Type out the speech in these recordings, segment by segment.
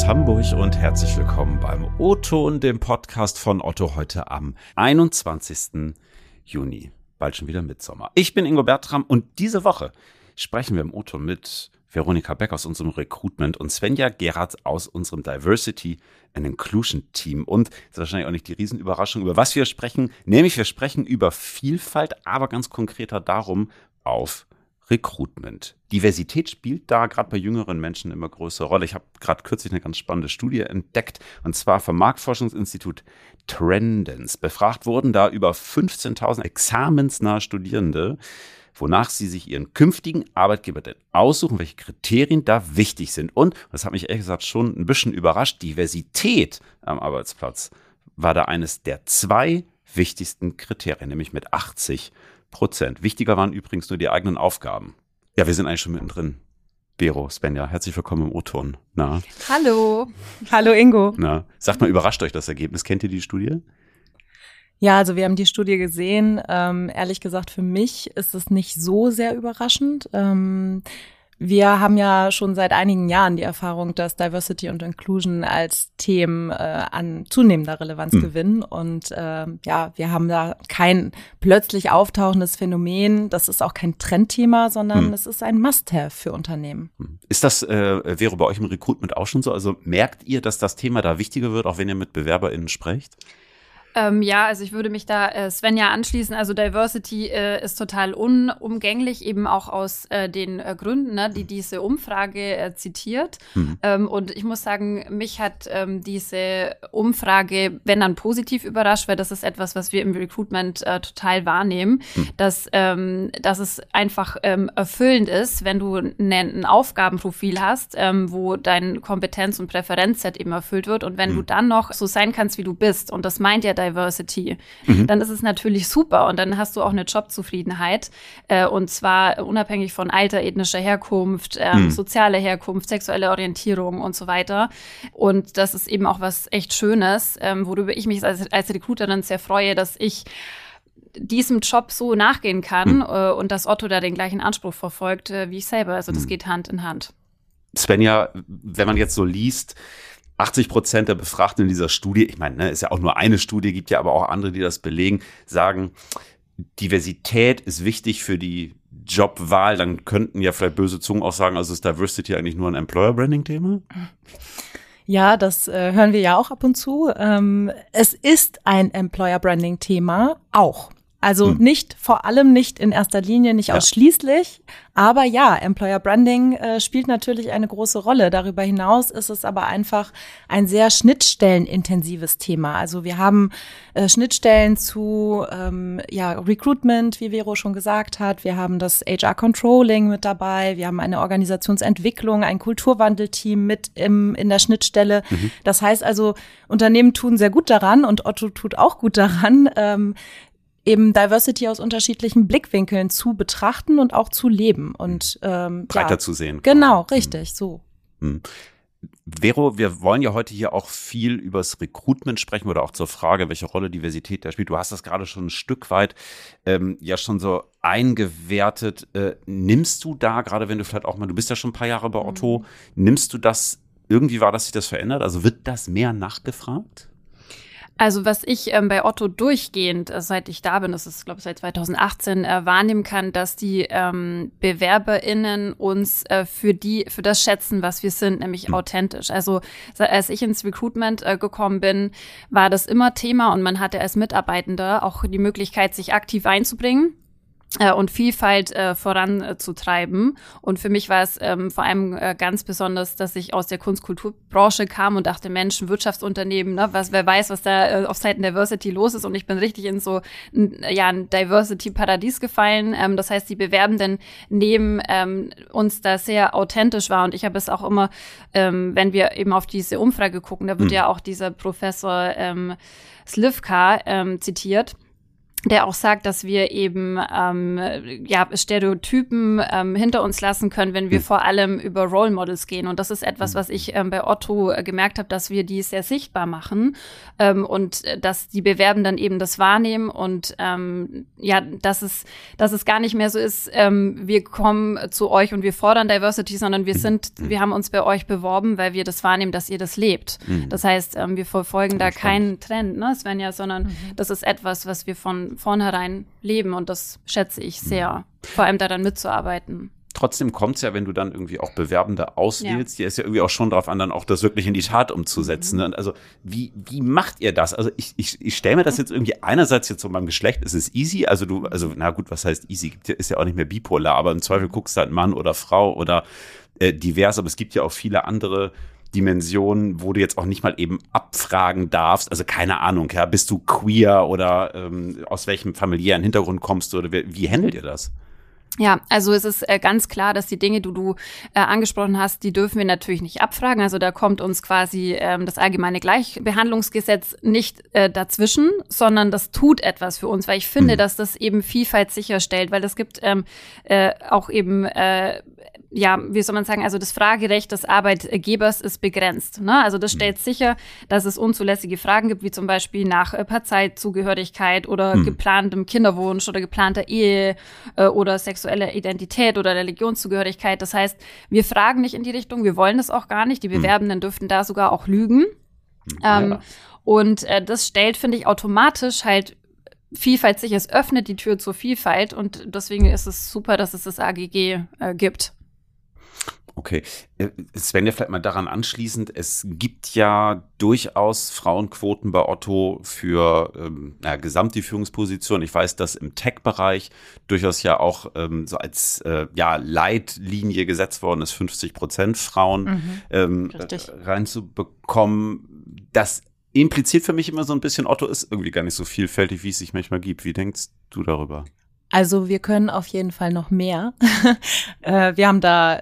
aus Hamburg und herzlich willkommen beim O-Ton, dem Podcast von Otto, heute am 21. Juni. Bald schon wieder Mitsommer. Ich bin Ingo Bertram und diese Woche sprechen wir im O-Ton mit Veronika Beck aus unserem Recruitment und Svenja Gerhardt aus unserem Diversity and Inclusion Team. Und das ist wahrscheinlich auch nicht die Riesenüberraschung, über was wir sprechen. Nämlich wir sprechen über Vielfalt, aber ganz konkreter darum auf Recruitment. Diversität spielt da gerade bei jüngeren Menschen immer größere Rolle. Ich habe gerade kürzlich eine ganz spannende Studie entdeckt, und zwar vom Marktforschungsinstitut Trendens. Befragt wurden da über 15.000 examensnahe Studierende, wonach sie sich ihren künftigen Arbeitgeber denn aussuchen, welche Kriterien da wichtig sind. Und, das hat mich ehrlich gesagt schon ein bisschen überrascht, Diversität am Arbeitsplatz war da eines der 2 wichtigsten Kriterien, nämlich mit 80%. Wichtiger waren übrigens nur die eigenen Aufgaben. Ja, wir sind eigentlich schon mittendrin. Vero, Svenja, herzlich willkommen im O-Ton. Na? Hallo. Hallo Ingo. Na, sagt mal, überrascht euch das Ergebnis? Kennt ihr die Studie? Ja, also wir haben die Studie gesehen. Ehrlich gesagt, für mich ist es nicht so sehr überraschend. Wir haben ja schon seit einigen Jahren die Erfahrung, dass Diversity und Inclusion als Themen an zunehmender Relevanz gewinnen. Und wir haben da kein plötzlich auftauchendes Phänomen. Das ist auch kein Trendthema, sondern es ist ein Must-have für Unternehmen. Ist das, Vero, bei euch im Recruitment auch schon so? Also merkt ihr, dass das Thema da wichtiger wird, auch wenn ihr mit BewerberInnen sprecht? Ja, also ich würde mich da Svenja anschließen. Also Diversity ist total unumgänglich, eben auch aus den Gründen, ne, die diese Umfrage zitiert. Und ich muss sagen, mich hat diese Umfrage, wenn dann positiv überrascht, weil das ist etwas, was wir im Recruitment total wahrnehmen, dass es einfach erfüllend ist, wenn du ein Aufgabenprofil hast, wo dein Kompetenz- und Präferenzset eben erfüllt wird. Und wenn du dann noch so sein kannst, wie du bist, und das meint ja Diversity, dann ist es natürlich super und dann hast du auch eine Jobzufriedenheit und zwar unabhängig von Alter, ethnischer Herkunft, sozialer Herkunft, sexuelle Orientierung und so weiter. Und das ist eben auch was echt Schönes, worüber ich mich als Recruiterin sehr freue, dass ich diesem Job so nachgehen kann und dass Otto da den gleichen Anspruch verfolgt wie ich selber. Also das geht Hand in Hand. Svenja, wenn man jetzt so liest, 80% der Befragten in dieser Studie, ich meine, ist ja auch nur eine Studie, gibt ja aber auch andere, die das belegen, sagen, Diversität ist wichtig für die Jobwahl. Dann könnten ja vielleicht böse Zungen auch sagen, also ist Diversity eigentlich nur ein Employer-Branding-Thema? Ja, das hören wir ja auch ab und zu. Es ist ein Employer-Branding-Thema auch. Also vor allem nicht in erster Linie, nicht ausschließlich. Aber ja, Employer Branding spielt natürlich eine große Rolle. Darüber hinaus ist es aber einfach ein sehr schnittstellenintensives Thema. Also wir haben Schnittstellen zu Recruitment, wie Vero schon gesagt hat. Wir haben das HR Controlling mit dabei. Wir haben eine Organisationsentwicklung, ein Kulturwandelteam mit in der Schnittstelle. Das heißt also, Unternehmen tun sehr gut daran und Otto tut auch gut daran, eben Diversity aus unterschiedlichen Blickwinkeln zu betrachten und auch zu leben und breiter zu sehen. Genau, richtig, so. Vero, wir wollen ja heute hier auch viel über das Recruitment sprechen oder auch zur Frage, welche Rolle Diversität da spielt. Du hast das gerade schon ein Stück weit ja schon so eingewertet. Nimmst du da, gerade wenn du vielleicht auch mal, du bist ja schon ein paar Jahre bei Otto, nimmst du das, irgendwie war, dass sich das verändert? Also wird das mehr nachgefragt? Also was ich bei Otto durchgehend, seit ich da bin, das ist glaube ich seit 2018, wahrnehmen kann, dass die BewerberInnen uns für das schätzen, was wir sind, nämlich authentisch. Also als ich ins Recruitment gekommen bin, war das immer Thema und man hatte als Mitarbeitender auch die Möglichkeit, sich aktiv einzubringen und Vielfalt voranzutreiben. Und für mich war es vor allem ganz besonders, dass ich aus der Kunst-Kulturbranche kam und dachte, Mensch, ein Wirtschaftsunternehmen, ne, wer weiß, was da auf Seiten Diversity los ist. Und ich bin richtig in so ein Diversity-Paradies gefallen. Das heißt, die Bewerbenden nehmen uns da sehr authentisch wahr. Und ich habe es auch immer, wenn wir eben auf diese Umfrage gucken, da wird ja auch dieser Professor Slivka zitiert. der auch sagt, dass wir eben Stereotypen hinter uns lassen können, wenn wir vor allem über Role Models gehen. Und das ist etwas, was ich bei Otto gemerkt habe, dass wir die sehr sichtbar machen und dass die Bewerbenden eben das wahrnehmen und dass es gar nicht mehr so ist, wir kommen zu euch und wir fordern Diversity, sondern wir haben uns bei euch beworben, weil wir das wahrnehmen, dass ihr das lebt. Das heißt, wir verfolgen da keinen Trend, ne, Svenja, sondern das ist etwas, was wir von vornherein leben und das schätze ich sehr, vor allem daran mitzuarbeiten. Trotzdem kommt es ja, wenn du dann irgendwie auch Bewerbende auswählst, ja ist ja irgendwie auch schon darauf an, dann auch das wirklich in die Tat umzusetzen. Und also wie macht ihr das? Also ich stelle mir das jetzt irgendwie einerseits jetzt so beim Geschlecht, ist es easy, na gut, was heißt easy? Ist ja auch nicht mehr bipolar, aber im Zweifel guckst du halt Mann oder Frau oder divers, aber es gibt ja auch viele andere Dimensionen, wo du jetzt auch nicht mal eben abfragen darfst, also keine Ahnung, ja, bist du queer oder aus welchem familiären Hintergrund kommst du oder wie handelt ihr das? Ja, also es ist ganz klar, dass die Dinge, die du angesprochen hast, die dürfen wir natürlich nicht abfragen. Also da kommt uns quasi das allgemeine Gleichbehandlungsgesetz nicht dazwischen, sondern das tut etwas für uns, weil ich finde, dass das eben Vielfalt sicherstellt, weil es gibt auch eben wie soll man sagen, also das Fragerecht des Arbeitgebers ist begrenzt. Ne? Also das stellt sicher, dass es unzulässige Fragen gibt, wie zum Beispiel nach Parteizugehörigkeit oder geplantem Kinderwunsch oder geplanter Ehe oder sexueller Identität oder Religionszugehörigkeit. Das heißt, wir fragen nicht in die Richtung, wir wollen das auch gar nicht. Die Bewerbenden dürften da sogar auch lügen. Und das stellt, finde ich, automatisch halt Vielfalt sicher. Es öffnet die Tür zur Vielfalt und deswegen ist es super, dass es das AGG gibt. Okay, Svenja, vielleicht mal daran anschließend, es gibt ja durchaus Frauenquoten bei Otto für gesamt die Führungsposition. Ich weiß, dass im Tech-Bereich durchaus ja auch so als Leitlinie gesetzt worden ist, 50% Frauen reinzubekommen. Das impliziert für mich immer so ein bisschen, Otto ist irgendwie gar nicht so vielfältig, wie es sich manchmal gibt. Wie denkst du darüber? Also wir können auf jeden Fall noch mehr. Wir haben da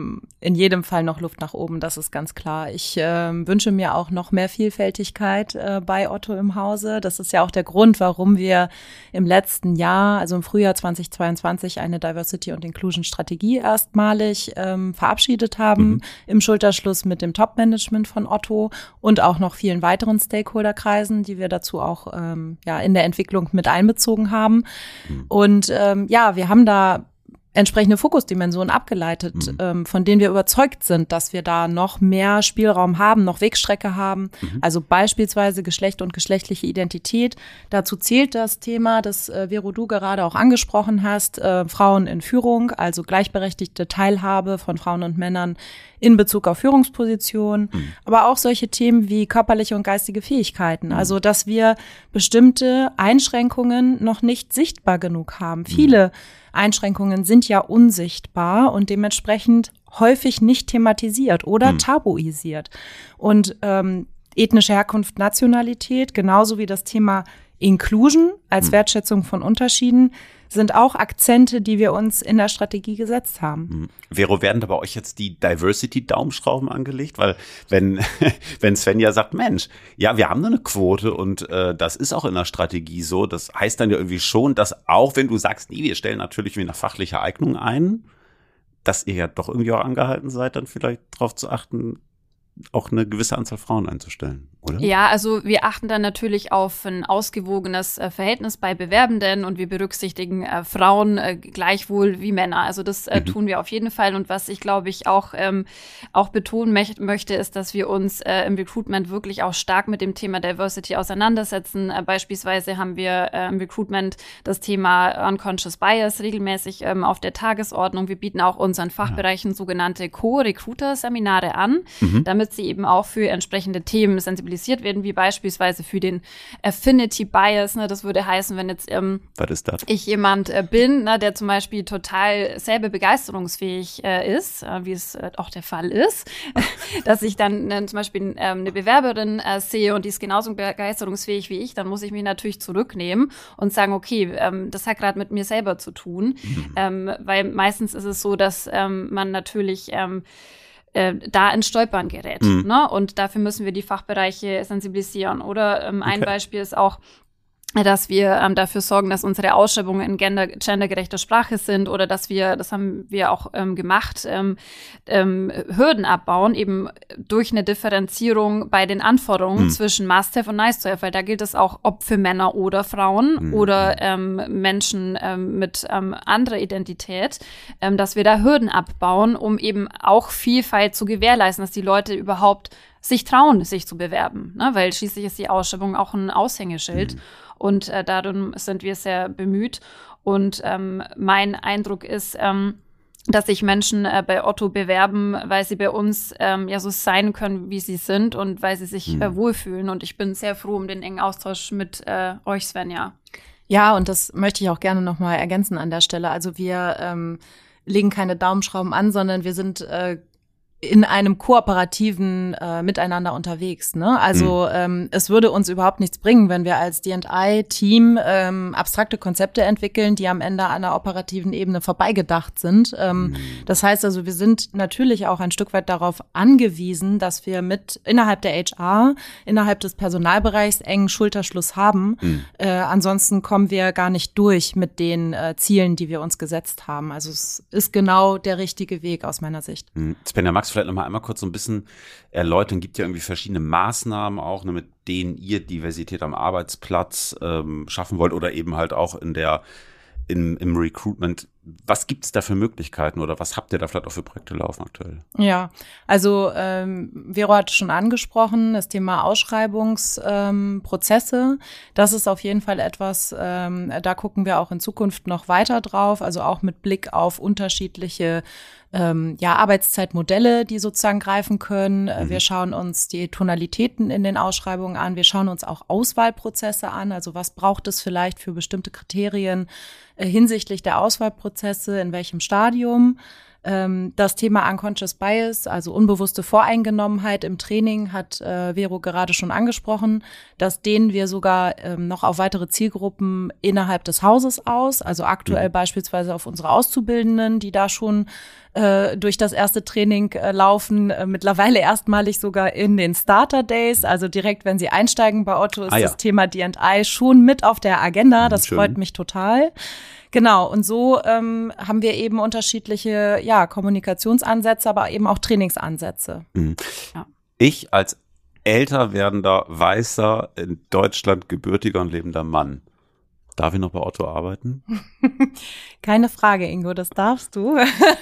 in jedem Fall noch Luft nach oben, das ist ganz klar. Ich wünsche mir auch noch mehr Vielfältigkeit bei Otto im Hause. Das ist ja auch der Grund, warum wir im letzten Jahr, also im Frühjahr 2022, eine Diversity- und Inclusion-Strategie erstmalig verabschiedet haben, im Schulterschluss mit dem Top-Management von Otto und auch noch vielen weiteren Stakeholderkreisen, die wir dazu auch in der Entwicklung mit einbezogen haben. Und wir haben da entsprechende Fokusdimensionen abgeleitet, von denen wir überzeugt sind, dass wir da noch mehr Spielraum haben, noch Wegstrecke haben. Also beispielsweise Geschlecht und geschlechtliche Identität. Dazu zählt das Thema, das Vero, du gerade auch angesprochen hast, Frauen in Führung, also gleichberechtigte Teilhabe von Frauen und Männern in Bezug auf Führungspositionen, aber auch solche Themen wie körperliche und geistige Fähigkeiten. Also, dass wir bestimmte Einschränkungen noch nicht sichtbar genug haben. Viele Einschränkungen sind ja unsichtbar und dementsprechend häufig nicht thematisiert oder tabuisiert. Und ethnische Herkunft, Nationalität, genauso wie das Thema Inclusion als Wertschätzung von Unterschieden, sind auch Akzente, die wir uns in der Strategie gesetzt haben. Vero, werden da bei euch jetzt die Diversity-Daumenschrauben angelegt? Weil wenn Svenja sagt, Mensch, ja, wir haben eine Quote und das ist auch in der Strategie so, das heißt dann ja irgendwie schon, dass auch wenn du sagst, nee, wir stellen natürlich wie nach fachlicher Eignung ein, dass ihr ja doch irgendwie auch angehalten seid, dann vielleicht darauf zu achten, auch eine gewisse Anzahl Frauen einzustellen, oder? Ja, also wir achten dann natürlich auf ein ausgewogenes Verhältnis bei Bewerbenden und wir berücksichtigen Frauen gleichwohl wie Männer. Also das tun wir auf jeden Fall. Und was ich, glaube ich, auch betonen möchte, ist, dass wir uns im Recruitment wirklich auch stark mit dem Thema Diversity auseinandersetzen. Beispielsweise haben wir im Recruitment das Thema Unconscious Bias regelmäßig auf der Tagesordnung. Wir bieten auch unseren Fachbereichen sogenannte Co-Recruiter-Seminare an, damit sie eben auch für entsprechende Themen sensibilisiert werden, wie beispielsweise für den Affinity Bias. Ne? Das würde heißen, wenn jetzt was ist das? Ich jemand bin, ne, der zum Beispiel total selber begeisterungsfähig ist, wie es auch der Fall ist, dass ich dann zum Beispiel eine Bewerberin sehe und die ist genauso begeisterungsfähig wie ich, dann muss ich mich natürlich zurücknehmen und sagen, okay, das hat gerade mit mir selber zu tun, weil meistens ist es so, dass man natürlich da ins Stolpern gerät. Ne? Und dafür müssen wir die Fachbereiche sensibilisieren. Oder ein Beispiel ist auch, dass wir dafür sorgen, dass unsere Ausschreibungen in gendergerechter Sprache sind oder dass wir, das haben wir auch gemacht, Hürden abbauen, eben durch eine Differenzierung bei den Anforderungen zwischen Must-Have und Nice-to-Have, weil da gilt es auch, ob für Männer oder Frauen oder Menschen mit anderer Identität, dass wir da Hürden abbauen, um eben auch Vielfalt zu gewährleisten, dass die Leute überhaupt sich trauen, sich zu bewerben, ne? Weil schließlich ist die Ausschreibung auch ein Aushängeschild. Und darum sind wir sehr bemüht. Und mein Eindruck ist, dass sich Menschen bei Otto bewerben, weil sie bei uns ja so sein können, wie sie sind und weil sie sich wohlfühlen. Und ich bin sehr froh um den engen Austausch mit euch, Svenja. Ja, und das möchte ich auch gerne nochmal ergänzen an der Stelle. Also wir legen keine Daumenschrauben an, sondern wir sind in einem kooperativen Miteinander unterwegs, ne? Also es würde uns überhaupt nichts bringen, wenn wir als D&I-Team abstrakte Konzepte entwickeln, die am Ende an der operativen Ebene vorbeigedacht sind. Das heißt also, wir sind natürlich auch ein Stück weit darauf angewiesen, dass wir innerhalb der HR, innerhalb des Personalbereichs engen Schulterschluss haben. Ansonsten kommen wir gar nicht durch mit den Zielen, die wir uns gesetzt haben. Also es ist genau der richtige Weg aus meiner Sicht. Svenja, magst du vielleicht noch mal einmal kurz so ein bisschen erläutern? Gibt ja irgendwie verschiedene Maßnahmen auch, ne, mit denen ihr Diversität am Arbeitsplatz schaffen wollt oder eben halt auch im Recruitment. Was gibt es da für Möglichkeiten oder was habt ihr da vielleicht auch für Projekte laufen aktuell? Ja, also Vero hat schon angesprochen, das Thema Ausschreibungsprozesse. Das ist auf jeden Fall etwas, da gucken wir auch in Zukunft noch weiter drauf, also auch mit Blick auf unterschiedliche Arbeitszeitmodelle, die sozusagen greifen können. Wir schauen uns die Tonalitäten in den Ausschreibungen an. Wir schauen uns auch Auswahlprozesse an. Also was braucht es vielleicht für bestimmte Kriterien hinsichtlich der Auswahlprozesse, in welchem Stadium. Das Thema Unconscious Bias, also unbewusste Voreingenommenheit im Training, hat Vero gerade schon angesprochen. Das dehnen wir sogar noch auf weitere Zielgruppen innerhalb des Hauses aus. Also aktuell beispielsweise auf unsere Auszubildenden, die da schon durch das erste Training laufen. Mittlerweile erstmalig sogar in den Starter Days. Also direkt, wenn sie einsteigen bei Otto, ist das Thema D&I schon mit auf der Agenda. Das freut mich total. Genau, und so haben wir eben unterschiedliche Kommunikationsansätze, aber eben auch Trainingsansätze. Ja. Ich als älter werdender, weißer, in Deutschland gebürtiger und lebender Mann, darf ich noch bei Otto arbeiten? Keine Frage, Ingo, das darfst du.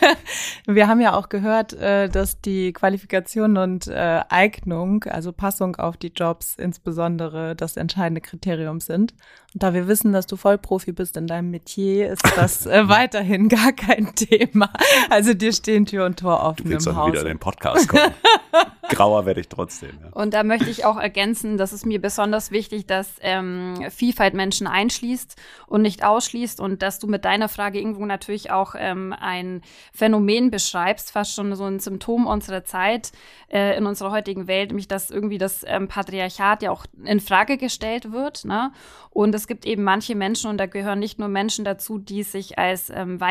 Wir haben ja auch gehört, dass die Qualifikation und Eignung, also Passung auf die Jobs insbesondere das entscheidende Kriterium sind. Und da wir wissen, dass du Vollprofi bist in deinem Metier, ist das weiterhin gar kein Thema. Also dir stehen Tür und Tor offen im Haus. Du willst dann wieder in den Podcast kommen. Grauer werde ich trotzdem. Ja. Und da möchte ich auch ergänzen, dass es mir besonders wichtig, dass Vielfalt Menschen einschließt und nicht ausschließt und dass du mit deiner Frage irgendwo natürlich auch ein Phänomen beschreibst, fast schon so ein Symptom unserer Zeit in unserer heutigen Welt, nämlich dass irgendwie das Patriarchat ja auch in Frage gestellt wird, ne? Und es gibt eben manche Menschen, und da gehören nicht nur Menschen dazu, die sich als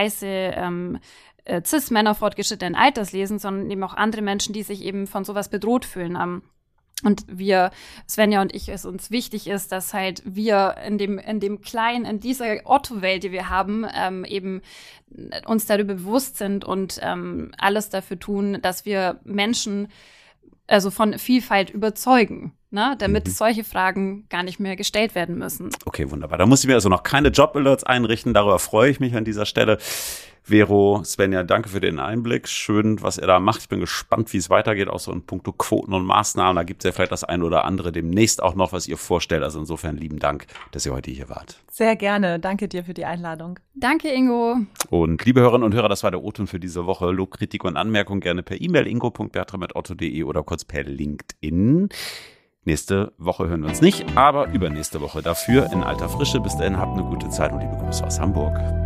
weiße Cis-Männer fortgeschrittenen Alters lesen, sondern eben auch andere Menschen, die sich eben von sowas bedroht fühlen. Und wir, Svenja und ich, es uns wichtig ist, dass halt wir in dem Kleinen, in dieser Otto-Welt, die wir haben, eben uns darüber bewusst sind und alles dafür tun, dass wir Menschen also von Vielfalt überzeugen, ne, damit solche Fragen gar nicht mehr gestellt werden müssen. Okay, wunderbar. Da muss ich mir also noch keine Job-Alerts einrichten. Darüber freue ich mich an dieser Stelle. Vero, Svenja, danke für den Einblick. Schön, was ihr da macht. Ich bin gespannt, wie es weitergeht, auch so in puncto Quoten und Maßnahmen. Da gibt es ja vielleicht das eine oder andere demnächst auch noch, was ihr vorstellt. Also insofern lieben Dank, dass ihr heute hier wart. Sehr gerne. Danke dir für die Einladung. Danke, Ingo. Und liebe Hörerinnen und Hörer, das war der O-Ton für diese Woche. Lob, Kritik und Anmerkung gerne per E-Mail ingo.bertram@otto.de oder kurz per LinkedIn. Nächste Woche hören wir uns nicht, aber übernächste Woche dafür in alter Frische. Bis dahin, habt eine gute Zeit und liebe Grüße aus Hamburg.